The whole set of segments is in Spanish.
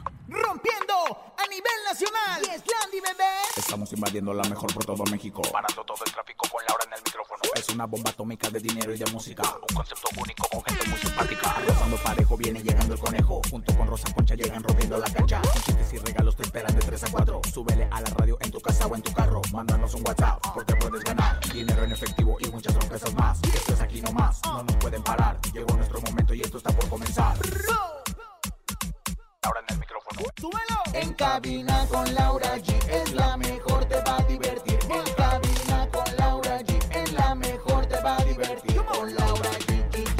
Rompiendo a nivel nacional. Y es Landy, bebé. Estamos invadiendo la mejor por todo México, parando todo el tráfico con Laura en el micrófono. Es una bomba atómica de dinero y de música. Un concepto único con gente muy simpática. Rozando parejo viene llegando el conejo. Junto con Rosa Concha llegan rompiendo la cancha. Con chistes y regalos te esperan de 3 a 4. Súbele a la radio en tu casa o en tu carro. Mándanos un WhatsApp porque puedes ganar dinero en efectivo y muchas sorpresas más. Esto es aquí nomás, no nos pueden parar. Llegó nuestro momento y esto está por comenzar. Laura en el micrófono. ¡Súbelo! En cabina con Laura G es la mejor, te va a divertir. En cabina con Laura G es la mejor, te va a divertir. Con Laura G.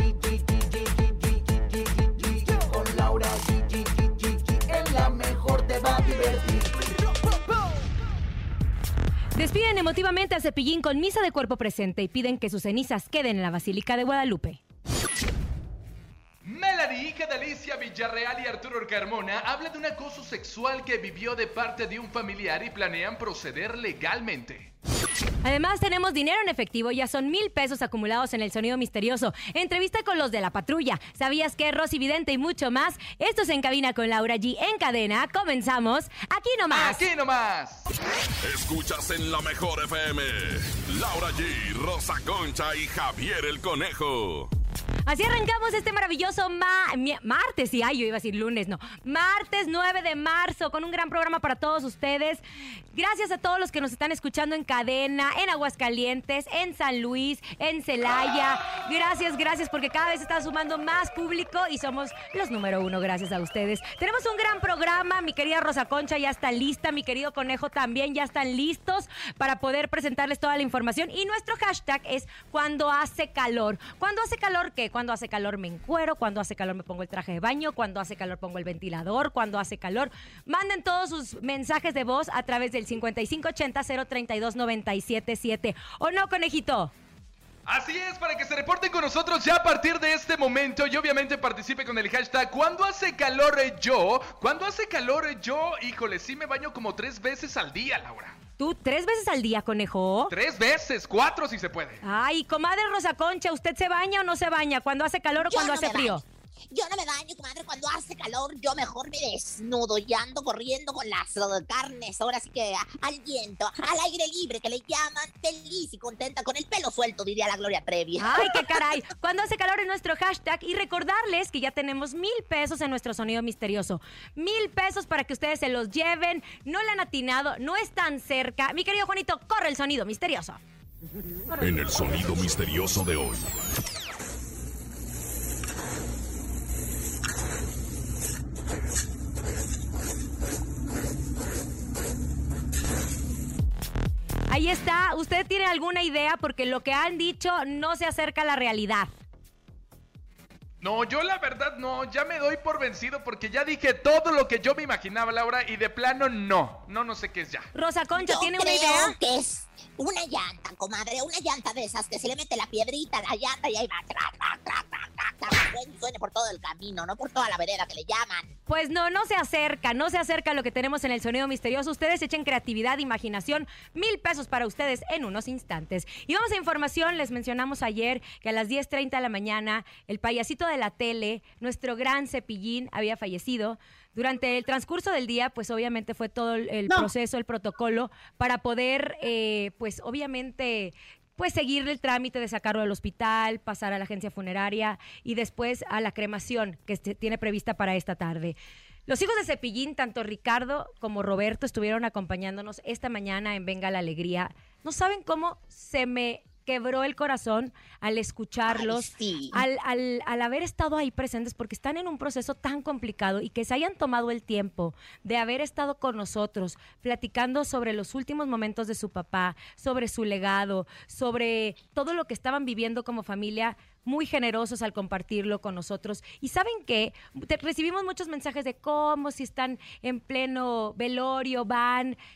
Con Laura G es la mejor, te va a divertir. Despiden emotivamente a Cepillín con misa de cuerpo presente y piden que sus cenizas queden en la Basílica de Guadalupe. Melanie, hija de Alicia Villarreal y Arturo Carmona, habla de un acoso sexual que vivió de parte de un familiar y planean proceder legalmente. Además, tenemos dinero en efectivo, ya son 1,000 pesos acumulados en el sonido misterioso. Entrevista con los de la patrulla. ¿Sabías qué? Rosy Vidente y mucho más. Esto es En Cabina con Laura G. En cadena, comenzamos aquí nomás. ¡Aquí nomás! Escuchas en la mejor FM. Laura G, Rosa Concha y Javier el Conejo. Así arrancamos este maravilloso martes, yo iba a decir lunes, no. Martes 9 de marzo, con un gran programa para todos ustedes. Gracias a todos los que nos están escuchando en cadena, en Aguascalientes, en San Luis, en Celaya. Gracias, porque cada vez está sumando más público y somos los número 1, gracias a ustedes. Tenemos un gran programa, mi querida Rosa Concha ya está lista, mi querido Conejo también ya están listos para poder presentarles toda la información. Y nuestro hashtag es cuando hace calor. ¿Cuándo hace calor qué? Cuando hace calor me encuero, cuando hace calor me pongo el traje de baño, cuando hace calor pongo el ventilador, cuando hace calor. Manden todos sus mensajes de voz a través del 5580-032-977. ¿O no, Conejito? Así es, para que se reporten con nosotros ya a partir de este momento y obviamente participe con el hashtag ¿Cuándo hace calor yo? ¿Cuándo hace calor yo? Híjole, sí me baño como 3 veces al día, Laura. ¿Tú 3 veces al día, Conejo? 3 veces, 4 si se puede. Ay, comadre Rosa Concha, ¿usted se baña o no se baña? ¿Cuando hace calor o cuando hace frío? Yo no me baño, comadre. Cuando hace calor, yo mejor me desnudo y ando corriendo con las carnes. Ahora sí que al viento, al aire libre, que le llaman, feliz y contenta, con el pelo suelto, diría la Gloria Trevi. Ay, qué caray. Cuando hace calor en nuestro hashtag y recordarles que ya tenemos 1,000 pesos en nuestro sonido misterioso. 1,000 pesos para que ustedes se los lleven. No le han atinado, no están cerca. Mi querido Juanito, corre el sonido misterioso. En el sonido misterioso de hoy. Ahí está. ¿Usted tiene alguna idea? Porque lo que han dicho no se acerca a la realidad. No, yo la verdad no, ya me doy por vencido porque ya dije todo lo que yo me imaginaba, Laura, y de plano no sé qué es ya. Rosa Concha, Yo ¿tiene una creo idea? que es una llanta, comadre, una llanta de esas que se le mete la piedrita a la llanta y ahí va, suene por todo el camino, no por toda la vereda que le llaman. Pues no se acerca a lo que tenemos en el sonido misterioso. Ustedes echen creatividad, imaginación. 1,000 pesos para ustedes en unos instantes. Y vamos a información. Les mencionamos ayer que a las 10:30 de la mañana el payasito de la tele, nuestro gran Cepillín, había fallecido. Durante el transcurso del día, pues obviamente fue todo el proceso, el protocolo para poder, pues obviamente, pues seguir el trámite de sacarlo del hospital, pasar a la agencia funeraria y después a la cremación que tiene prevista para esta tarde. Los hijos de Cepillín, tanto Ricardo como Roberto, estuvieron acompañándonos esta mañana en Venga la Alegría. No saben cómo se me quebró el corazón al escucharlos, sí. al haber estado ahí presentes, porque están en un proceso tan complicado y que se hayan tomado el tiempo de haber estado con nosotros, platicando sobre los últimos momentos de su papá, sobre su legado, sobre todo lo que estaban viviendo como familia, muy generosos al compartirlo con nosotros. Y ¿saben qué? Recibimos muchos mensajes de cómo, si están en pleno velorio, van.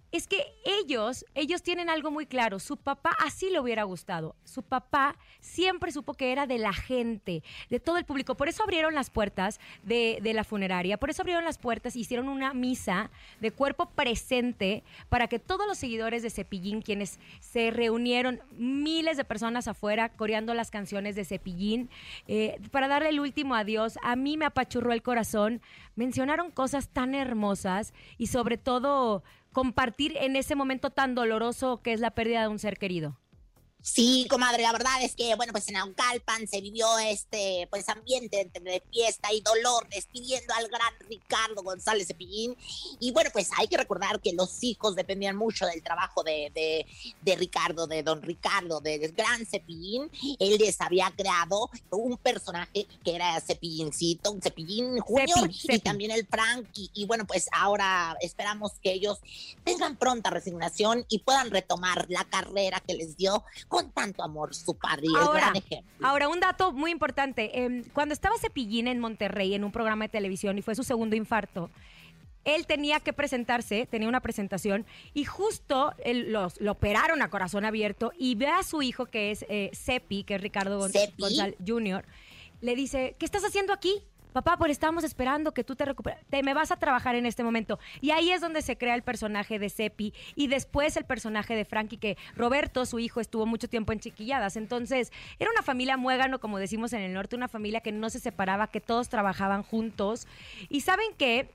es que ellos tienen algo muy claro. Su papá así le hubiera gustado. Su papá siempre supo que era de la gente, de todo el público. Por eso abrieron las puertas de la funeraria, por eso abrieron las puertas y hicieron una misa de cuerpo presente para que todos los seguidores de Cepillín, quienes se reunieron, miles de personas afuera coreando las canciones de Cepillín, para darle el último adiós. A mí me apachurró el corazón. Mencionaron cosas tan hermosas y sobre todo compartir en ese momento tan doloroso que es la pérdida de un ser querido. Sí, comadre, la verdad es que, bueno, pues en Naucalpan se vivió pues ambiente de fiesta y dolor despidiendo al gran Ricardo González Cepillín. Y bueno, pues hay que recordar que los hijos dependían mucho del trabajo de Ricardo, de don Ricardo, del gran Cepillín. Él les había creado un personaje que era Cepillincito, Cepillín Junior, y también el Frankie. Y bueno, pues ahora esperamos que ellos tengan pronta resignación y puedan retomar la carrera que les dio con tanto amor su padre, el gran ejemplo. Ahora, un dato muy importante. Cuando estaba Cepillín en Monterrey en un programa de televisión y fue su segundo infarto, él tenía que presentarse, tenía una presentación y justo lo operaron a corazón abierto y ve a su hijo que es Cepi, que es Ricardo González Jr., le dice, ¿qué estás haciendo aquí? Papá, pues estábamos esperando que tú te recuperes. Me vas a trabajar en este momento. Y ahí es donde se crea el personaje de Cepi y después el personaje de Frankie, que Roberto, su hijo, estuvo mucho tiempo en Chiquilladas. Entonces, era una familia muégano, como decimos en el norte, una familia que no se separaba, que todos trabajaban juntos. Y ¿saben qué?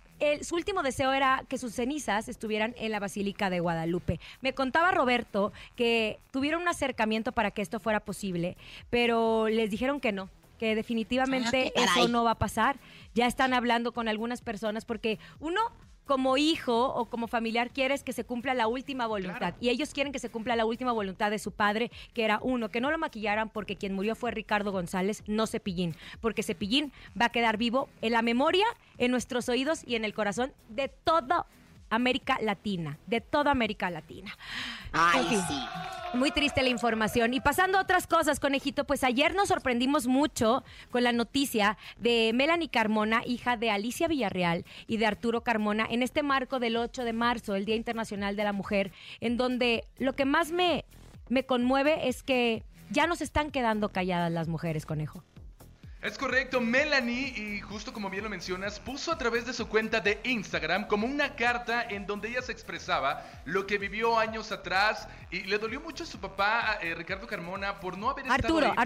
Su último deseo era que sus cenizas estuvieran en la Basílica de Guadalupe. Me contaba Roberto que tuvieron un acercamiento para que esto fuera posible, pero les dijeron que no, que definitivamente eso no va a pasar. Ya están hablando con algunas personas porque uno como hijo o como familiar quieres que se cumpla la última voluntad. Claro. Y ellos quieren que se cumpla la última voluntad de su padre, que era uno, que no lo maquillaran porque quien murió fue Ricardo González, no Cepillín. Porque Cepillín va a quedar vivo en la memoria, en nuestros oídos y en el corazón de toda América Latina, de toda América Latina. Ay, en fin, sí. Muy triste la información. Y pasando a otras cosas, conejito, pues ayer nos sorprendimos mucho con la noticia de Melanie Carmona, hija de Alicia Villarreal y de Arturo Carmona, en este marco del 8 de marzo, el Día Internacional de la Mujer, en donde lo que más me conmueve es que ya nos están quedando calladas las mujeres, conejo. Es correcto, Melanie, y justo como bien lo mencionas, puso a través de su cuenta de Instagram como una carta en donde ella se expresaba lo que vivió años atrás y le dolió mucho a su papá, Ricardo Carmona, por no haber estado ahí.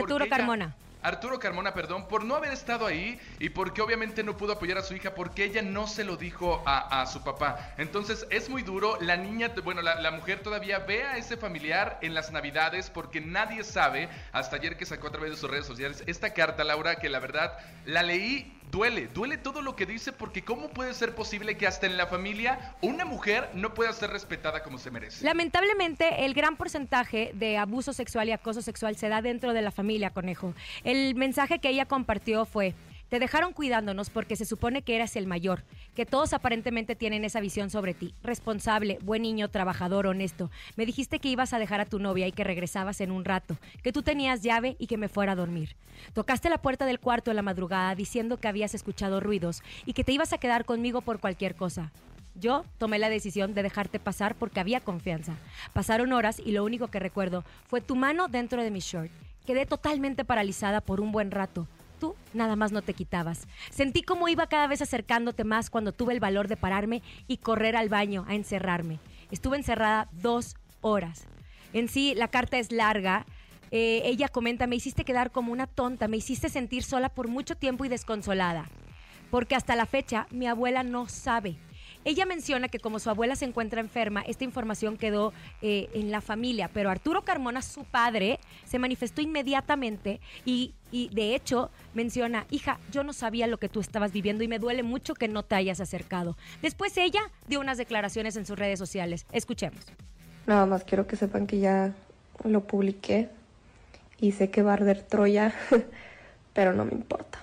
Arturo Carmona, perdón, por no haber estado ahí y porque obviamente no pudo apoyar a su hija porque ella no se lo dijo a su papá. Entonces es muy duro. La niña, bueno, la mujer todavía ve a ese familiar en las Navidades porque nadie sabe, hasta ayer que sacó a través de sus redes sociales esta carta, Laura, que la verdad la leí. Duele todo lo que dice porque ¿cómo puede ser posible que hasta en la familia una mujer no pueda ser respetada como se merece? Lamentablemente, el gran porcentaje de abuso sexual y acoso sexual se da dentro de la familia, conejo. El mensaje que ella compartió fue: te dejaron cuidándonos porque se supone que eras el mayor, que todos aparentemente tienen esa visión sobre ti. Responsable, buen niño, trabajador, honesto. Me dijiste que ibas a dejar a tu novia y que regresabas en un rato, que tú tenías llave y que me fuera a dormir. Tocaste la puerta del cuarto en la madrugada diciendo que habías escuchado ruidos y que te ibas a quedar conmigo por cualquier cosa. Yo tomé la decisión de dejarte pasar porque había confianza. Pasaron horas y lo único que recuerdo fue tu mano dentro de mi short. Quedé totalmente paralizada por un buen rato. Tú nada más no te quitabas. Sentí cómo iba cada vez acercándote más cuando tuve el valor de pararme y correr al baño a encerrarme. Estuve encerrada 2 horas. En sí, la carta es larga. Ella comenta: me hiciste quedar como una tonta, me hiciste sentir sola por mucho tiempo y desconsolada. Porque hasta la fecha mi abuela no sabe. Ella menciona que como su abuela se encuentra enferma, esta información quedó en la familia, pero Arturo Carmona, su padre, se manifestó inmediatamente y de hecho menciona: hija, yo no sabía lo que tú estabas viviendo y me duele mucho que no te hayas acercado. Después ella dio unas declaraciones en sus redes sociales. Escuchemos. Nada más quiero que sepan que ya lo publiqué y sé que va a arder Troya, pero no me importa.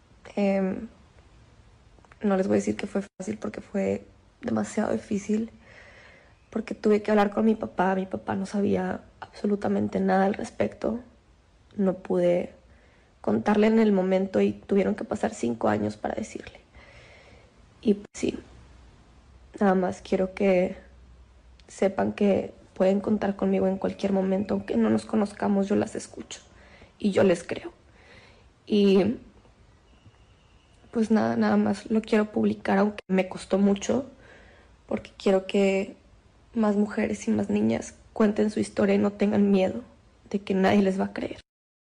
No les voy a decir que fue fácil porque fue demasiado difícil, porque tuve que hablar con mi papá no sabía absolutamente nada al respecto, no pude contarle en el momento y tuvieron que pasar 5 años para decirle. Y pues sí, nada más quiero que sepan que pueden contar conmigo en cualquier momento, aunque no nos conozcamos, yo las escucho y yo les creo. Y pues nada más lo quiero publicar, aunque me costó mucho, porque quiero que más mujeres y más niñas cuenten su historia y no tengan miedo de que nadie les va a creer.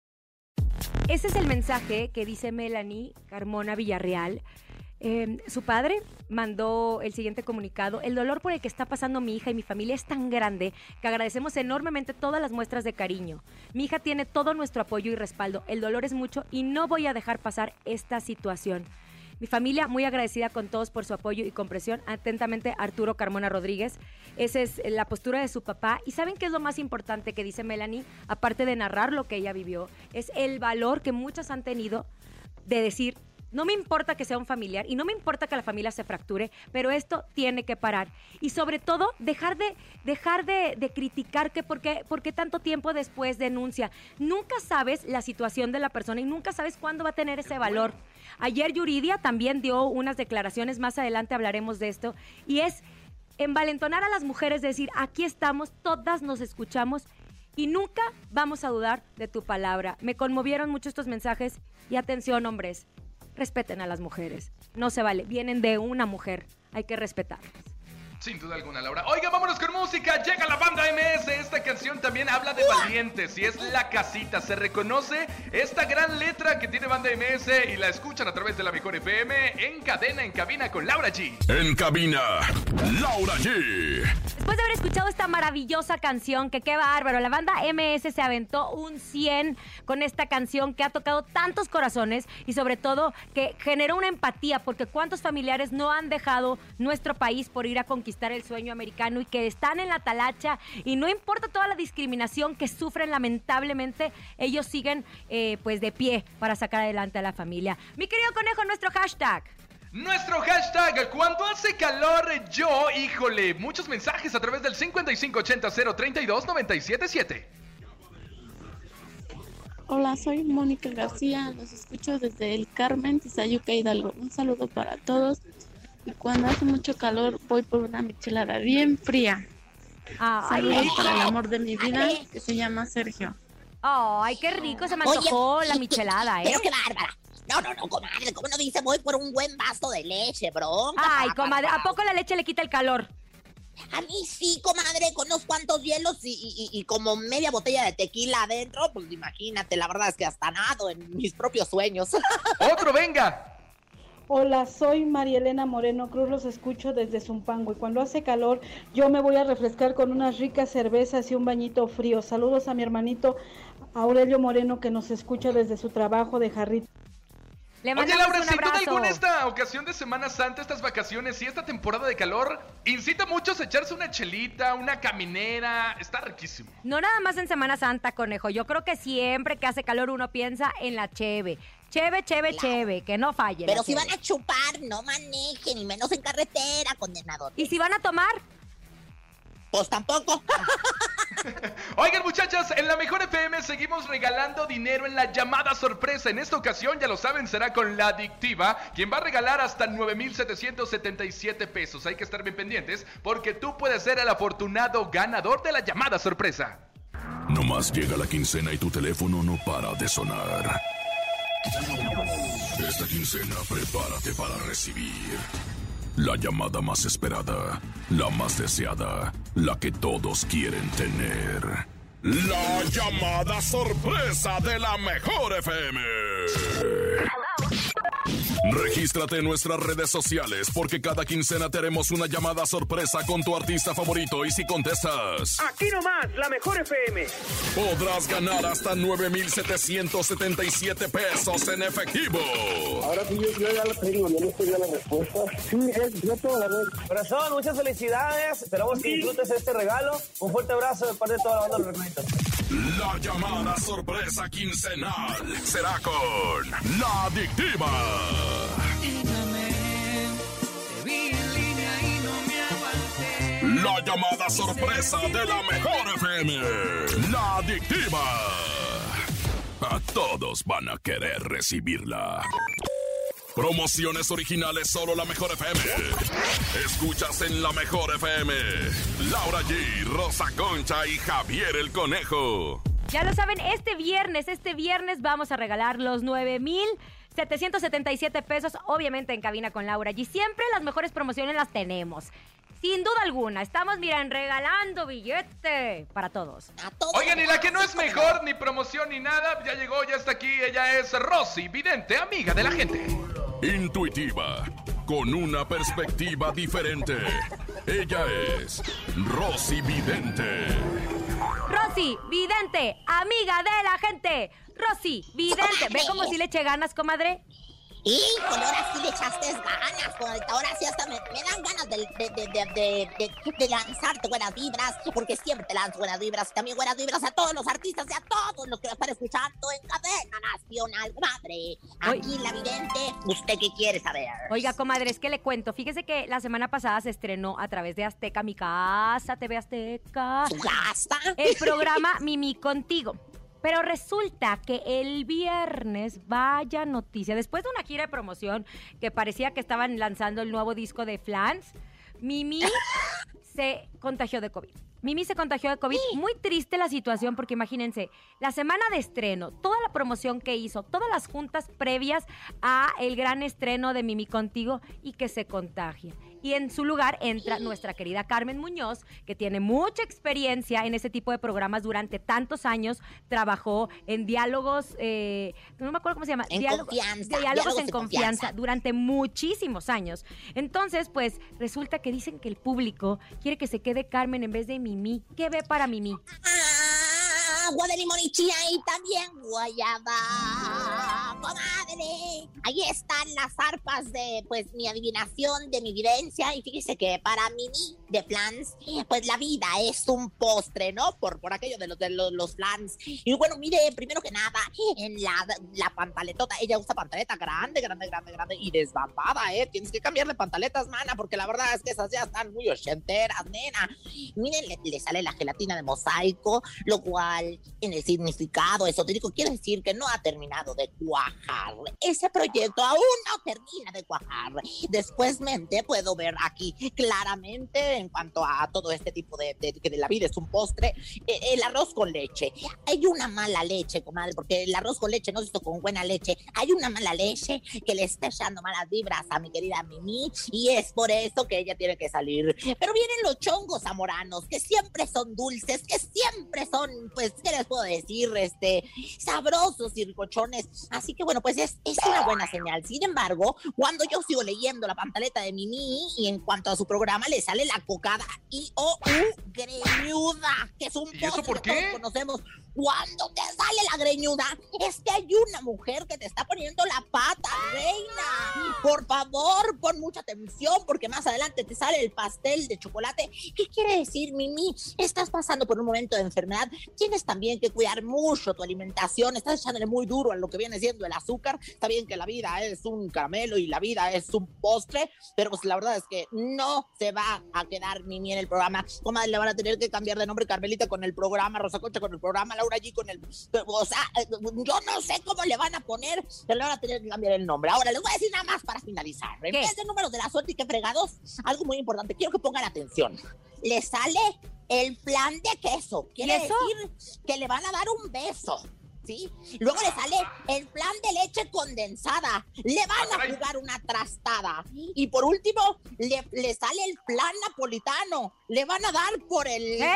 Ese es el mensaje que dice Melanie Carmona Villarreal. Su padre mandó el siguiente comunicado: el dolor por el que está pasando mi hija y mi familia es tan grande que agradecemos enormemente todas las muestras de cariño. Mi hija tiene todo nuestro apoyo y respaldo. El dolor es mucho y no voy a dejar pasar esta situación. Mi familia muy agradecida con todos por su apoyo y comprensión. Atentamente, Arturo Carmona Rodríguez. Esa es la postura de su papá. ¿Y saben qué es lo más importante que dice Melanie? Aparte de narrar lo que ella vivió, es el valor que muchas han tenido de decir: no me importa que sea un familiar y no me importa que la familia se fracture, pero esto tiene que parar. Y sobre todo, dejar de criticar que por qué tanto tiempo después denuncia. Nunca sabes la situación de la persona y nunca sabes cuándo va a tener ese valor. Ayer Yuridia también dio unas declaraciones, más adelante hablaremos de esto, y es envalentonar a las mujeres, decir: aquí estamos, todas nos escuchamos y nunca vamos a dudar de tu palabra. Me conmovieron mucho estos mensajes y atención, hombres. Respeten a las mujeres. No se vale. Vienen de una mujer. Hay que respetarlas. Sin duda alguna, Laura. Oiga, vámonos con música. Llega la banda MS. Esta canción también habla de valientes y es La Casita. Se reconoce esta gran letra que tiene banda MS y la escuchan a través de la Mejor FM en cadena, en cabina con Laura G. En cabina, Laura G. Después de haber escuchado esta maravillosa canción, que qué bárbaro, la banda MS se aventó un 100 con esta canción que ha tocado tantos corazones y sobre todo que generó una empatía, porque cuántos familiares no han dejado nuestro país por ir a conquistar el sueño americano y que están en la talacha y no importa toda la discriminación que sufren, lamentablemente ellos siguen pues de pie para sacar adelante a la familia. Mi querido Conejo, nuestro hashtag. Nuestro hashtag, cuando hace calor yo, híjole, muchos mensajes a través del 5580-032-977. Hola, soy Mónica García, los escucho desde el Carmen, Tizayuca, Hidalgo. Un saludo para todos. Y cuando hace mucho calor voy por una michelada bien fría. Saludos para el amor de mi vida, que se llama Sergio. Ay, qué rico, se me antojó la michelada, Pero qué bárbara. No, comadre, ¿cómo no dice voy por un buen vaso de leche, bro? Ay, comadre, ¿a poco la leche le quita el calor? A mí sí, comadre, con unos cuantos hielos y como media botella de tequila adentro, pues imagínate, la verdad es que hasta nado en mis propios sueños. ¡Otro, venga! Hola, soy María Elena Moreno Cruz, los escucho desde Zumpango y cuando hace calor yo me voy a refrescar con unas ricas cervezas y un bañito frío. Saludos a mi hermanito Aurelio Moreno que nos escucha desde su trabajo de Jarrito. Oye, Laura, sin duda alguna esta ocasión de Semana Santa, estas vacaciones y esta temporada de calor, incita a muchos a echarse una chelita, una caminera, está riquísimo. No nada más en Semana Santa, Conejo, yo creo que siempre que hace calor uno piensa en la cheve. Cheve, que no falle. Pero si van a chupar, no manejen, y menos en carretera, condenador. ¿Y si van a tomar? Pues tampoco. Oigan, muchachas, en la Mejor FM seguimos regalando dinero en la llamada sorpresa. En esta ocasión, ya lo saben, será con La Adictiva, quien va a regalar hasta 9,777 pesos. Hay que estar bien pendientes porque tú puedes ser el afortunado ganador de la llamada sorpresa. Nomás llega la quincena y tu teléfono no para de sonar. Esta quincena prepárate para recibir la llamada más esperada, la más deseada, la que todos quieren tener. La llamada sorpresa de la Mejor FM. Regístrate en nuestras redes sociales porque cada quincena te haremos una llamada sorpresa con tu artista favorito y si contestas aquí nomás, la Mejor FM, podrás ganar hasta 9,777 pesos en efectivo. Ahora sí, yo ya lo tengo, no me sabía la respuesta. Sí, yo todo la vez. Corazón, muchas felicidades, esperamos que disfrutes este regalo. Un fuerte abrazo de parte de toda la banda de los Recoditos. La llamada sorpresa quincenal será con La Adictiva. La llamada sorpresa de la Mejor FM. La Adictiva. A todos van a querer recibirla. Promociones originales solo La Mejor FM. Escuchas en La Mejor FM. Laura G, Rosa Concha y Javier el Conejo. Ya lo saben, este viernes vamos a regalar los 9,777 pesos, obviamente en cabina con Laura G. Siempre las mejores promociones las tenemos. Sin duda alguna, estamos, miren, regalando billete para todos. Oigan, y la que no es mejor, ni promoción ni nada, ya llegó, ya está aquí. Ella es Rosy, vidente, amiga de la gente. Intuitiva, con una perspectiva diferente. Ella es Rosy Vidente. Rosy, vidente, amiga de la gente. Rosy, vidente. ¿Ve cómo si le eché ganas, comadre? Y con ahora sí le echaste ganas, ahora sí hasta me dan ganas de lanzarte buenas vibras, porque siempre te lanzo buenas vibras, y también buenas vibras a todos los artistas y a todos los que lo están escuchando en Cadena Nacional, comadre. Aquí la vidente, ¿usted qué quiere saber? Oiga, comadre, es que le cuento, fíjese que la semana pasada se estrenó a través de Azteca, mi casa, TV Azteca. ¿Su casa? El programa Mimi Contigo. Pero resulta que el viernes, vaya noticia, después de una gira de promoción que parecía que estaban lanzando el nuevo disco de Flans, Mimi se contagió de COVID. Muy triste la situación porque imagínense, la semana de estreno, toda la promoción que hizo, todas las juntas previas a el gran estreno de Mimi Contigo y que se contagia. Y en su lugar entra nuestra querida Carmen Muñoz, que tiene mucha experiencia en ese tipo de programas durante tantos años. Trabajó en diálogos, no me acuerdo cómo se llama. Diálogos en confianza durante muchísimos años. Entonces, pues, resulta que dicen que el público quiere que se quede Carmen en vez de Mimi. ¿Qué ve para Mimi? Agua de limón y chía y también guayaba, comadre. Ahí están las arpas de, pues, mi adivinación, de mi vivencia. Y fíjese que para Mimi de Flans, pues la vida es un postre, ¿no? Por aquello de los Flans. Y bueno, mire, primero que nada, en la pantaletota, ella usa pantaleta grande y desbambada, ¿eh? Tienes que cambiarle pantaletas, mana, porque la verdad es que esas ya están muy ochenteras, nena. Miren, le sale la gelatina de mosaico, lo cual en el significado esotérico quiere decir que no ha terminado de cuajar. Ese proyecto aún no termina de cuajar. Despuésmente puedo ver aquí claramente, en cuanto a todo este tipo de la vida es un postre, el arroz con leche. Hay una mala leche, comadre, porque el arroz con leche no se hizo con buena leche. Hay una mala leche que le está echando malas vibras a mi querida Mimi, y es por eso que ella tiene que salir. Pero vienen los chongos zamoranos, que siempre son dulces, que siempre son, pues, ¿qué les puedo decir? Sabrosos y ricochones. Así que bueno, pues es una buena señal. Sin embargo, cuando yo sigo leyendo la pantaleta de Mimi y en cuanto a su programa le sale la cocada greñuda, que es un postre que todos conocemos. Cuando te sale la greñuda, es que hay una mujer que te está poniendo la pata, reina. Por favor, pon mucha atención, porque más adelante te sale el pastel de chocolate. ¿Qué quiere decir, Mimi? Estás pasando por un momento de enfermedad. Tienes también que cuidar mucho tu alimentación. Estás echándole muy duro a lo que viene siendo el azúcar. Está bien que la vida es un caramelo y la vida es un postre, pero pues la verdad es que no se va a quedar Mimi en el programa. Comadre, le van a tener que cambiar de nombre, Carmelita con el programa, Rosa Concha con el programa, Laura G con el... O sea, yo no sé cómo le van a poner, pero le van a tener que cambiar el nombre. Ahora, les voy a decir nada más para finalizar. En vez de números de la suerte y qué fregados, algo muy importante, quiero que pongan atención. Le sale el plan de queso. Quiere decir que le van a dar un beso. ¿Sí? Luego le sale el plan de leche condensada. Le van a jugar una trastada. Y por último, le sale el plan napolitano. Le van a dar por el... Le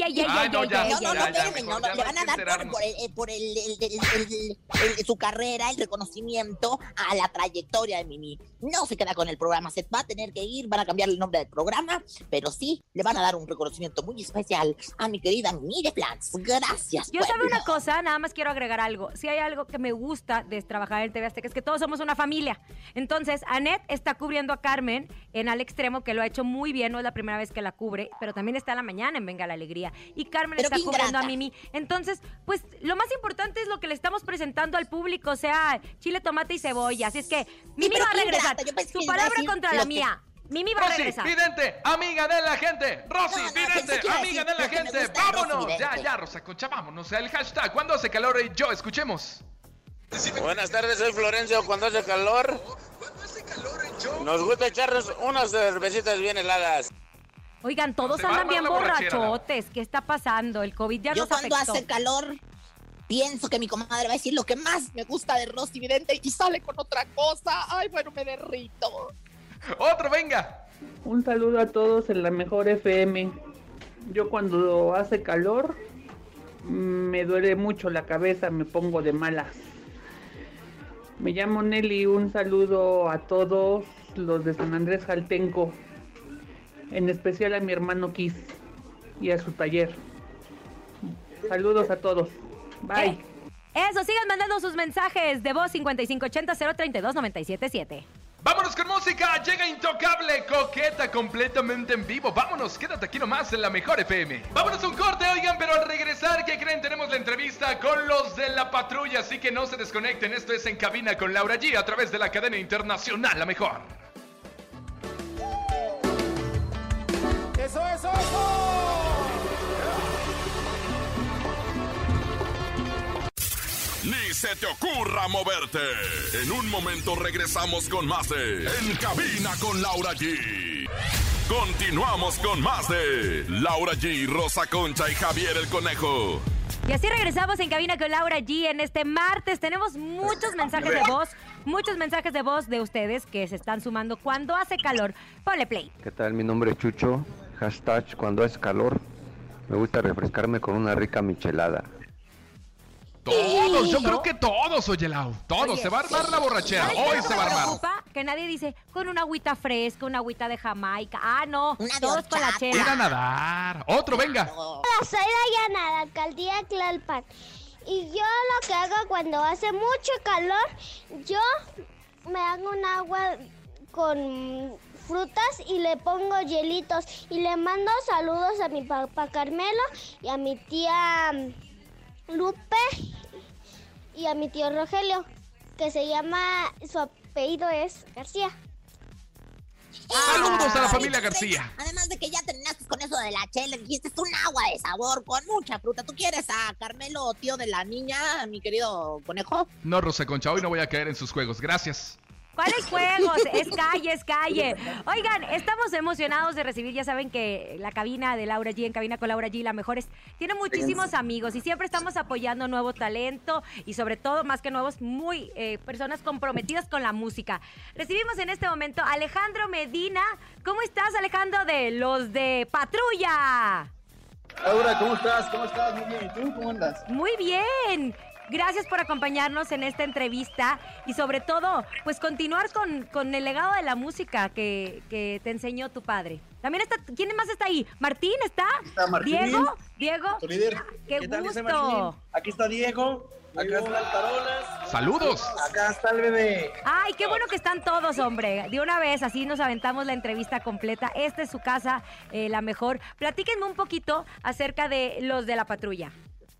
van a dar por su carrera, el reconocimiento a la trayectoria de Mimi. No se queda con el programa, se va a tener que ir, van a cambiar el nombre del programa, pero sí le van a dar un reconocimiento muy especial a mi querida Mimi de Flans. Gracias. Yo sabe una cosa, nada más quiero agregar algo. Si hay algo que me gusta de trabajar en TV Azteca es que todos somos una familia. Entonces, Anet está cubriendo a Carmen en Al Extremo, que lo ha hecho muy bien, no es la primera vez que la cubre, pero también está en la mañana en Venga la Alegría. Y Carmen está cubriendo a Mimi. Entonces, pues, lo más importante es lo que le estamos presentando al público, o sea, chile, tomate y cebolla. Así es que Mimi va a regresar. Su palabra contra la mía. Mimi va a regresar. Rosy, vidente, amiga de la gente. Rosy, vidente, amiga de la gente. Vámonos. Ya, Rosa Concha, vámonos. El hashtag, ¿cuándo hace calor? Yo, escuchemos. Buenas tardes, soy Florencio. Cuando hace calor, nos gusta echarnos unas cervecitas bien heladas. Oigan, todos andan bien borrachotes. ¿Qué está pasando? El COVID ya nos afectó. Yo cuando hace calor pienso que mi comadre va a decir lo que más me gusta de Rosy Vidente y sale con otra cosa. Ay, bueno, me derrito. ¡Otro, venga! Un saludo a todos en la mejor FM. Yo cuando hace calor me duele mucho la cabeza, me pongo de malas. Me llamo Nelly, un saludo a todos los de San Andrés Jaltenco, en especial a mi hermano Kiss y a su taller. Saludos a todos. Bye. Eso, sigan mandando sus mensajes de voz 5580-032-977. Vámonos con música, llega Intocable, Coqueta, completamente en vivo. Vámonos, quédate aquí nomás en la mejor FM. Vámonos a un corte, oigan, pero al regresar, ¿qué creen? Tenemos la entrevista con los de la patrulla, así que no se desconecten. Esto es En Cabina con Laura G a través de la cadena internacional La Mejor. ¡Eso, eso, eso! Ni se te ocurra moverte. En un momento regresamos con más de En Cabina con Laura G. Continuamos con más de Laura G, Rosa Concha y Javier el Conejo. Y así regresamos en Cabina con Laura G en este martes. Tenemos muchos mensajes de voz de ustedes que se están sumando cuando hace calor. Ponle play. ¿Qué tal? Mi nombre es Chucho. Hashtag cuando hace calor. Me gusta refrescarme con una rica michelada. Todos, yo creo que todos, oye, Lau. Todos, Oye, se va a armar la borrachera. Hoy se va a armar. Preocupa que nadie dice con una agüita fresca, una agüita de Jamaica. Ah, no, todos con la chela. Ir a nadar. Otro, venga. Hola, soy Dayana, la alcaldía Tlalpan. Y yo lo que hago cuando hace mucho calor, yo me hago un agua con frutas y le pongo hielitos. Y le mando saludos a mi papá Carmelo y a mi tía Lupe y a mi tío Rogelio, que se llama, su apellido es García. Saludos a la familia García. Además de que ya terminaste con eso de la chela, dijiste es un agua de sabor con mucha fruta. ¿Tú quieres a Carmelo, tío de la niña, mi querido conejo? No, Rosa Concha, hoy no voy a caer en sus juegos. Gracias. ¿Cuáles juegos? Es calle, es calle. Oigan, estamos emocionados de recibir, ya saben que la cabina de Laura G, En Cabina con Laura G, la mejor es, tiene muchísimos amigos y siempre estamos apoyando nuevo talento y sobre todo, más que nuevos, muy personas comprometidas con la música. Recibimos en este momento a Alejandro Medina. ¿Cómo estás, Alejandro, de los de Patrulla? Laura, ¿cómo estás? ¿Cómo estás? Muy bien. ¿Y tú cómo andas? Muy bien. Gracias por acompañarnos en esta entrevista y sobre todo, pues continuar con el legado de la música que te enseñó tu padre. También está, ¿quién más está ahí? ¿Martín está? Está Martín. ¿Diego? Tu líder. ¡Qué tal, gusto! Aquí está Diego. Acá está el Tarolas. ¡Saludos! Acá está el bebé. Ay, qué bueno que están todos, hombre. De una vez, así nos aventamos la entrevista completa. Esta es su casa, la mejor. Platíquenme un poquito acerca de los de la patrulla.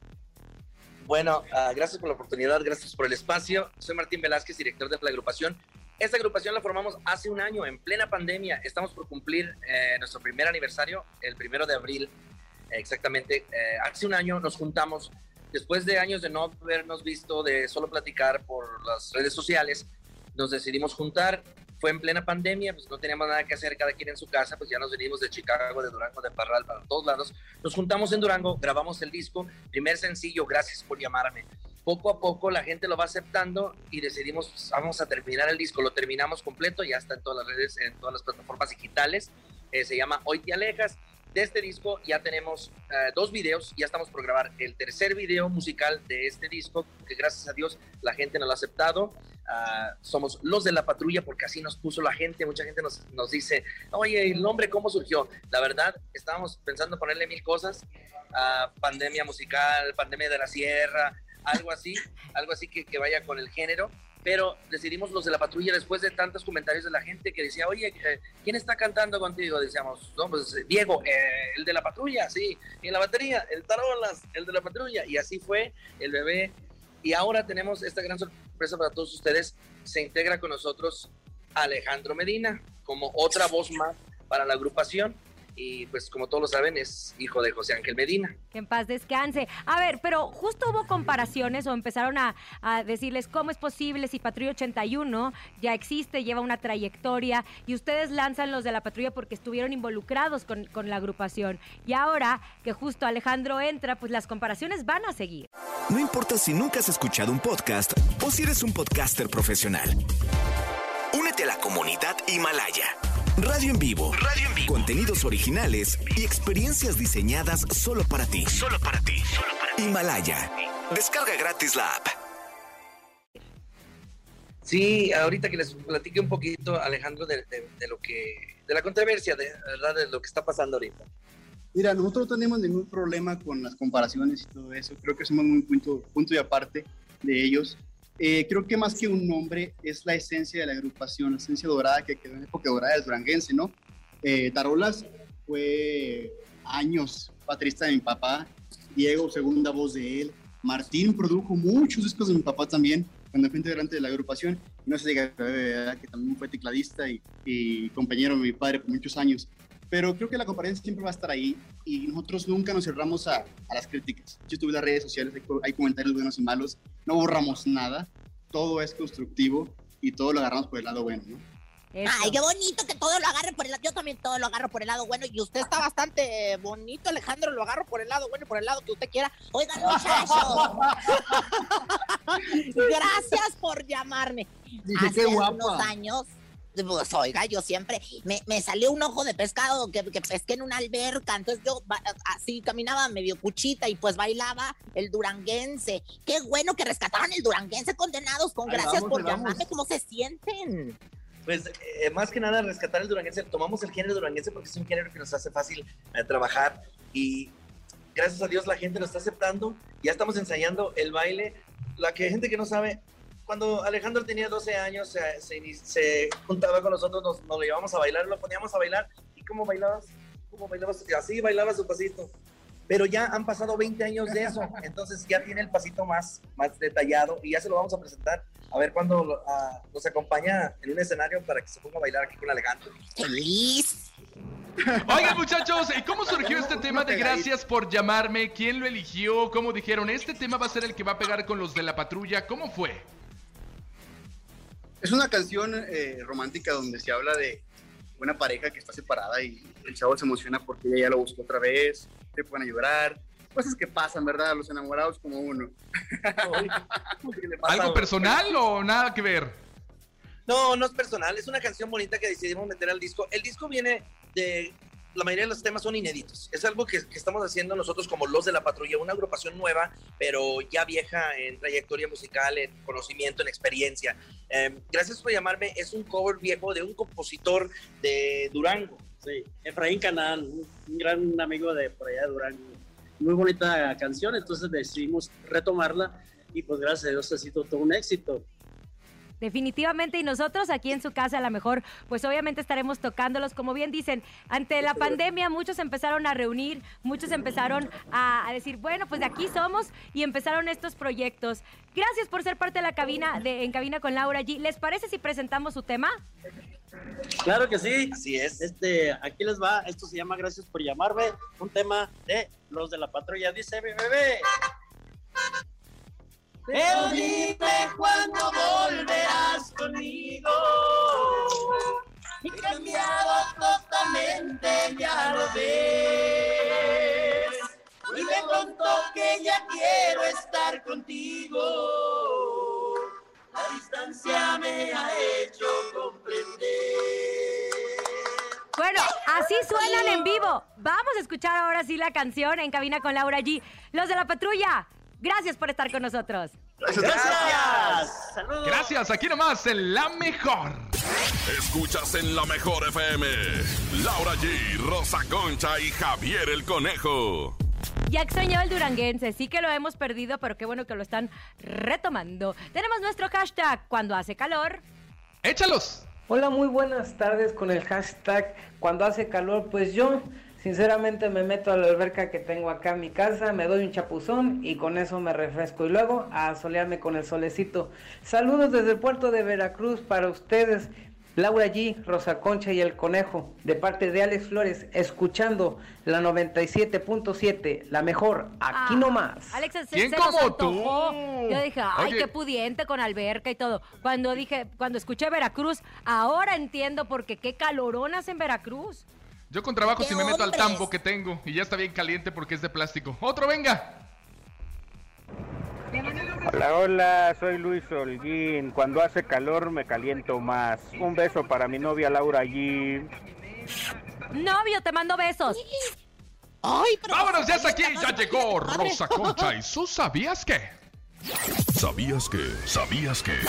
Bueno, gracias por la oportunidad, gracias por el espacio. Soy Martín Velázquez, director de la agrupación. Esta agrupación la formamos hace un año, en plena pandemia. Estamos por cumplir nuestro primer aniversario, el 1 de abril, exactamente. Hace un año nos juntamos, después de años de no habernos visto, de solo platicar por las redes sociales, nos decidimos juntar. Fue en plena pandemia, pues no teníamos nada que hacer, cada quien en su casa, pues ya nos venimos de Chicago, de Durango, de Parral, para todos lados. Nos juntamos en Durango, grabamos el disco, primer sencillo, Gracias por llamarme. Poco a poco la gente lo va aceptando y decidimos, pues, vamos a terminar el disco. Lo terminamos completo, ya está en todas las redes, en todas las plataformas digitales. Se llama Hoy te alejas. De este disco ya tenemos 2 videos, ya estamos por grabar el tercer video musical de este disco, que gracias a Dios la gente nos lo ha aceptado. Somos los de la patrulla porque así nos puso la gente. Mucha gente nos dice, oye, ¿el nombre cómo surgió? La verdad, estábamos pensando ponerle 1000 cosas, pandemia musical, pandemia de la sierra, algo así que vaya con el género. Pero decidimos los de la patrulla después de tantos comentarios de la gente que decía, oye, ¿quién está cantando contigo? Decíamos, no, pues Diego, el de la patrulla, sí, y en la batería, el Tarolas, el de la patrulla, y así fue, el bebé. Y ahora tenemos esta gran sorpresa para todos ustedes, se integra con nosotros Alejandro Medina como otra voz más para la agrupación. y pues como todos lo saben es hijo de José Ángel Medina. Que en paz descanse. A ver, pero justo hubo comparaciones o empezaron a decirles cómo es posible si Patrulla 81 ya existe, lleva una trayectoria y ustedes lanzan los de la Patrulla porque estuvieron involucrados con la agrupación. Y ahora que justo Alejandro entra, pues las comparaciones van a seguir. No importa si nunca has escuchado un podcast o si eres un podcaster profesional. Únete a la comunidad Himalaya. Radio en vivo. Contenidos originales y experiencias diseñadas solo para ti. Himalaya. Descarga gratis la app. Sí, ahorita que les platique un poquito, Alejandro, de la controversia, ¿verdad? De lo que está pasando ahorita. Mira, nosotros no tenemos ningún problema con las comparaciones y todo eso. Creo que somos muy punto y aparte de ellos. Creo que más que un nombre es la esencia de la agrupación, la esencia dorada que quedó en la época dorada del duranguense, ¿no? Tarolas fue años patrista de mi papá, Diego, segunda voz de él, Martín produjo muchos discos de mi papá también, cuando fue integrante de la agrupación, y no se diga que también fue tecladista y compañero de mi padre por muchos años. Pero creo que la comparación siempre va a estar ahí y nosotros nunca nos cerramos a las críticas. Yo estuve en las redes sociales, hay comentarios buenos y malos, no borramos nada, todo es constructivo y todo lo agarramos por el lado bueno, ¿no? Eso. Ay, qué bonito que todo lo agarre por el lado. Yo también todo lo agarro por el lado bueno. Y usted está bastante bonito, Alejandro. Lo agarro por el lado bueno y por el lado que usted quiera. Oigan, muchachos. Gracias por llamarme. Dije, hace qué guapa. unos años, pues oiga, yo siempre me salió un ojo de pescado que pesqué en una alberca. Entonces yo así caminaba medio cuchita y pues bailaba el duranguense. Qué bueno que rescataron el duranguense, condenados. Gracias por llamarme. ¿Cómo se sienten? Pues más que nada rescatar el duranguense, tomamos el género duranguense porque es un género que nos hace fácil trabajar y gracias a Dios la gente lo está aceptando, ya estamos ensayando el baile. La gente que no sabe, cuando Alejandro tenía 12 años se juntaba con nosotros, nos lo llevamos a bailar, lo poníamos a bailar. ¿Y cómo bailabas? Así bailaba su pasito. Pero ya han pasado 20 años de eso, entonces ya tiene el pasito más detallado y ya se lo vamos a presentar. A ver cuándo nos acompaña en un escenario para que se ponga a bailar aquí con Alejandro. ¡Feliz! Oigan, muchachos, ¿y cómo surgió este tema de Gracias por llamarme? ¿Quién lo eligió? ¿Cómo dijeron? Este tema va a ser el que va a pegar con los de la Patrulla. ¿Cómo fue? Es una canción romántica donde se habla de una pareja que está separada y el chavo se emociona porque ella ya lo buscó otra vez, se pueden llorar. Cosas que pasan, ¿verdad? Los enamorados como uno. ¿Algo personal o nada que ver? No, no es personal. Es una canción bonita que decidimos meter al disco. El disco viene de... La mayoría de los temas son inéditos. Es algo que estamos haciendo nosotros como Los de la Patrulla, una agrupación nueva, pero ya vieja en trayectoria musical, en conocimiento, en experiencia. Gracias por llamarme. Es un cover viejo de un compositor de Durango. Sí, Efraín Canán, un gran amigo de por allá de Durango. Muy bonita canción, entonces decidimos retomarla y pues gracias a Dios ha sido todo un éxito. Definitivamente, y nosotros aquí en su casa a lo mejor, pues obviamente estaremos tocándolos, como bien dicen, ante la pandemia muchos empezaron a reunir, muchos empezaron a decir, bueno, pues de aquí somos y empezaron estos proyectos. Gracias por ser parte de la cabina, En Cabina con Laura G. ¿Les parece si presentamos su tema? Claro que sí. Así es. Aquí les va, esto se llama Gracias por llamarme, un tema de Los de la Patrulla, dice mi bebé. Pero dime cuándo volverás conmigo. He cambiado totalmente, ya lo ves. Y me contó que ya quiero estar contigo. La distancia me ha hecho comprender. Bueno, así suenan en vivo. Vamos a escuchar ahora sí la canción En Cabina con Laura G. Los de la Patrulla, gracias por estar con nosotros. Gracias. Saludos. Gracias, aquí nomás en La Mejor. Escuchas en La Mejor FM. Laura G, Rosa Concha y Javier el Conejo. Ya extrañaba el duranguense, sí que lo hemos perdido, pero qué bueno que lo están retomando. Tenemos nuestro hashtag Cuando hace calor. ¡Échalos! Hola, muy buenas tardes con el hashtag Cuando hace calor. Pues yo sinceramente me meto a la alberca que tengo acá en mi casa, me doy un chapuzón y con eso me refresco y luego a solearme con el solecito. Saludos desde el puerto de Veracruz para ustedes. Laura G, Rosa Concha y el Conejo, de parte de Alex Flores, escuchando la 97.7, la mejor, aquí nomás. Alex, ¿Quién se como nos tú? antojó. Yo dije, ay, Oye. qué pudiente con alberca y todo. Cuando escuché Veracruz, ahora entiendo por qué caloronas en Veracruz. Yo con trabajo ¡Qué si me meto al hombres! tambo que tengo y ya está bien caliente porque es de plástico. ¡Otro, venga! Hola, hola, soy Luis Holguín. Cuando hace calor me caliento más. Un beso para mi novia Laura G. Novio, te mando besos. Ay, pero ¡Vámonos, ya está aquí! ¡Ya llegó Rosa Concha y su ¿sabías qué? ¿Sabías que? ¿Sabías que?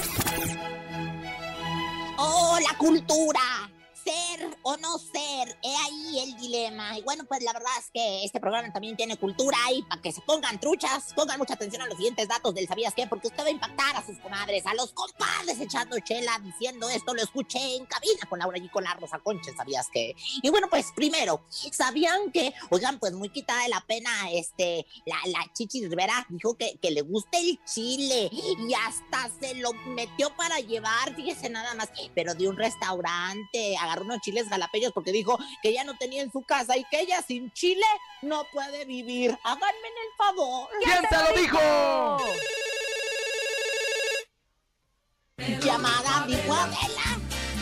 ¡Oh, la cultura! Ser o no ser, he ahí el dilema. Y bueno, pues la verdad es que este programa también tiene cultura y para que se pongan truchas, pongan mucha atención a los siguientes datos del ¿sabías qué? Porque usted va a impactar a sus comadres, a los compadres echando chela, diciendo esto, lo escuché en cabina con Laura y con la Rosa Concha, ¿sabías qué? Y bueno, pues primero, ¿sabían que? Oigan, pues muy quitada de la pena, la Chichi Rivera dijo que le gusta el chile y hasta se lo metió para llevar, fíjese nada más, pero de un restaurante, agarró unos chiles jalapeños porque dijo que ya no tenía en su casa y que ella sin chile no puede vivir. Háganme el favor. ¿Quién te lo dijo? Llamada a mi Adela.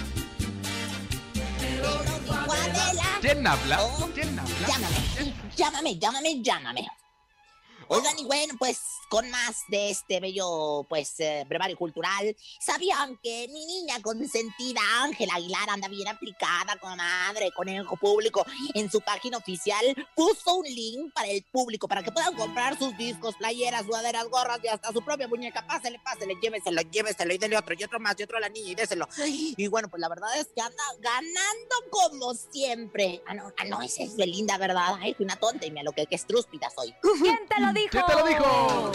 Dijo Adela. ¿Quién habla? Oh, ¿Quién habla? Llámame. Oigan, y bueno, pues con más de este bello, pues, brevario cultural, ¿sabían que mi niña consentida, Ángela Aguilar, anda bien aplicada, comadre, conejo público? En su página oficial puso un link para el público, para que puedan comprar sus discos, playeras, sudaderas, gorras y hasta su propia muñeca. Pásele, lléveselo, y dele otro, y otro más, y otro a la niña, y déselo. Y bueno, pues la verdad es que anda ganando como siempre. No, esa es Belinda, ¿verdad? Ay, fui una tonta y me lo que estrúspida soy. ¿Quién te lo dijo? ¿Quién te lo dijo?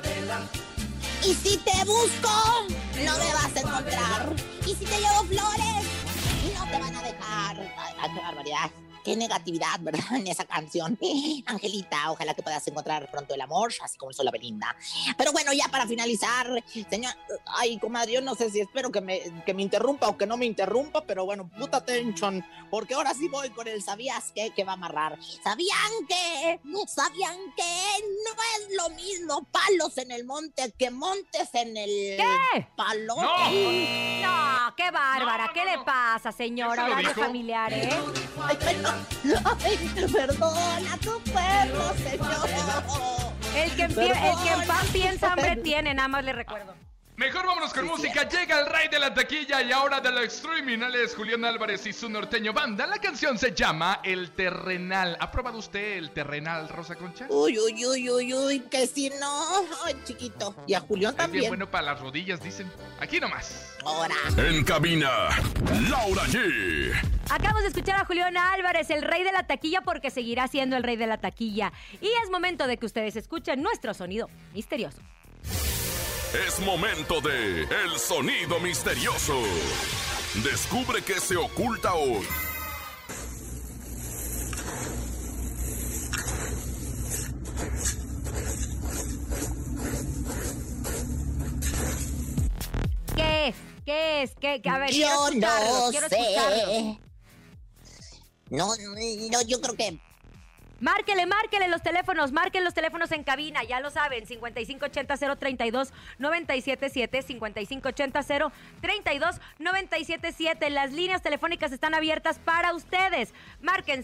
Y si te busco, no me vas a encontrar. Y si te llevo flores, no te van a dejar. Ay, qué barbaridad. Qué negatividad, ¿verdad? En esa canción. Angelita, ojalá que puedas encontrar pronto el amor, así como hizo la Belinda. Pero bueno, ya para finalizar, señor... Ay, comadre, yo no sé si espero que me interrumpa o que no me interrumpa, pero bueno, puta atención, porque ahora sí voy con el ¿sabías qué? Que va a amarrar. ¿Sabían que no es lo mismo palos en el monte que montes en el... ¿Qué? Palo? No, qué bárbara. No. ¿Qué le pasa, señora? ¿Quién se lo Horario dijo? familiar, ¿eh? Ay, perdona tu pueblo, señor. El que en pan piensa, hambre tiene, nada más le recuerdo. Mejor vámonos con música. Llega el rey de la taquilla y ahora de lo streaming. Él es Julián Álvarez y su norteño banda. La canción se llama El Terrenal. ¿Ha probado usted el Terrenal, Rosa Concha? Uy, que si no. Ay, chiquito. Y a Julián Es bien también. bueno para las rodillas, dicen. Aquí nomás. Ahora. En cabina, Laura G. Acabamos de escuchar a Julián Álvarez, el rey de la taquilla, porque seguirá siendo el rey de la taquilla. Y es momento de que ustedes escuchen nuestro sonido misterioso. Es momento de El Sonido Misterioso. Descubre qué se oculta hoy. ¿Qué es? A ver, Yo no quiero sé. escucharlo. No, yo creo que... Márquele los teléfonos, marquen los teléfonos en cabina, ya lo saben, 5580-032-977, 5580-032-977. Las líneas telefónicas están abiertas para ustedes. Marquen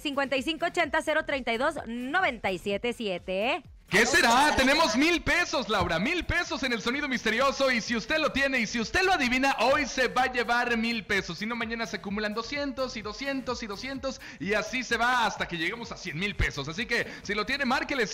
5580-032-977, ¿eh? ¿Qué será? Tenemos 1,000 pesos, Laura. 1,000 pesos en el sonido misterioso. Y si usted lo tiene y si usted lo adivina, hoy se va a llevar 1,000 pesos. Si no, mañana se acumulan 200 y 200 y 200. Y así se va hasta que lleguemos a 100,000 pesos. Así que si lo tiene, márquele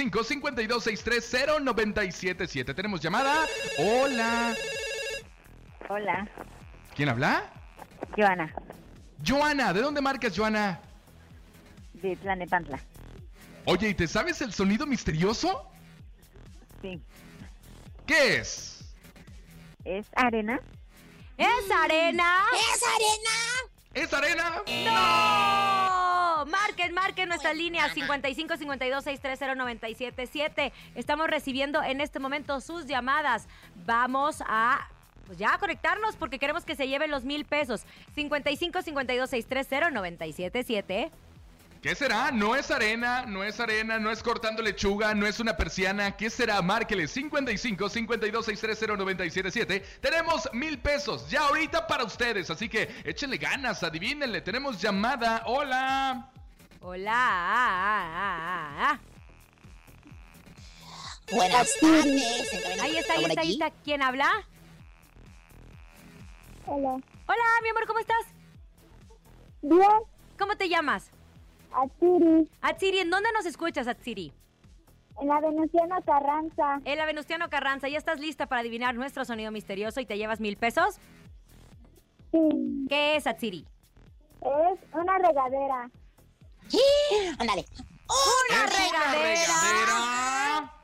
55-5263-0977. Tenemos llamada. Hola. Hola, ¿Quién habla? Joana, Joana. ¿De dónde marcas, Joana? de Tlanepantla. Oye, ¿y te sabes el sonido misterioso? Sí. ¿Qué es? ¿Es arena? ¿Es arena? ¿Es arena? ¿Es arena? ¡No! Marquen nuestras líneas 55-52-630-977. Estamos recibiendo en este momento sus llamadas. Vamos a pues ya conectarnos porque queremos que se lleven los 1,000 pesos. 55 52 630 977. ¿Qué será? No es arena, no es cortando lechuga, no es una persiana. ¿Qué será? Márquele 55 52 630 977. Tenemos 1,000 pesos ya ahorita para ustedes, así que échenle ganas, adivínenle. Tenemos llamada. Hola. Hola. Buenas tardes. Ahí está. ¿Quién habla? Hola. Hola, mi amor, ¿cómo estás? Bien. ¿Cómo te llamas? Atsiri. Atsiri, ¿en dónde nos escuchas, Atsiri? En la Venustiano Carranza. En la Venustiano Carranza. ¿Ya estás lista para adivinar nuestro sonido misterioso y te llevas 1,000 pesos? Sí. ¿Qué es, Atsiri? Es una regadera. Sí, ándale. ¡Una regadera!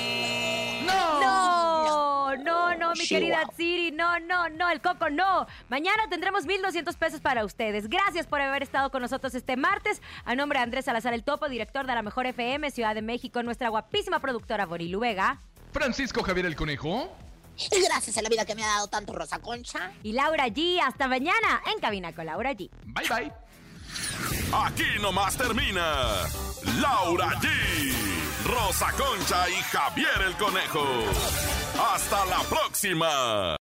No, mi querida Atsiri, no, el Coco no. Mañana tendremos 1,200 pesos para ustedes. Gracias por haber estado con nosotros este martes. A nombre de Andrés Salazar el Topo, director de la Mejor FM Ciudad de México, nuestra guapísima productora Borilu Vega. Francisco Javier el Conejo. Y gracias a la vida que me ha dado tanto Rosa Concha. Y Laura G. Hasta mañana en Cabina con Laura G. Bye, bye. Aquí nomás termina Laura G, Rosa Concha y Javier el Conejo. ¡Hasta la próxima!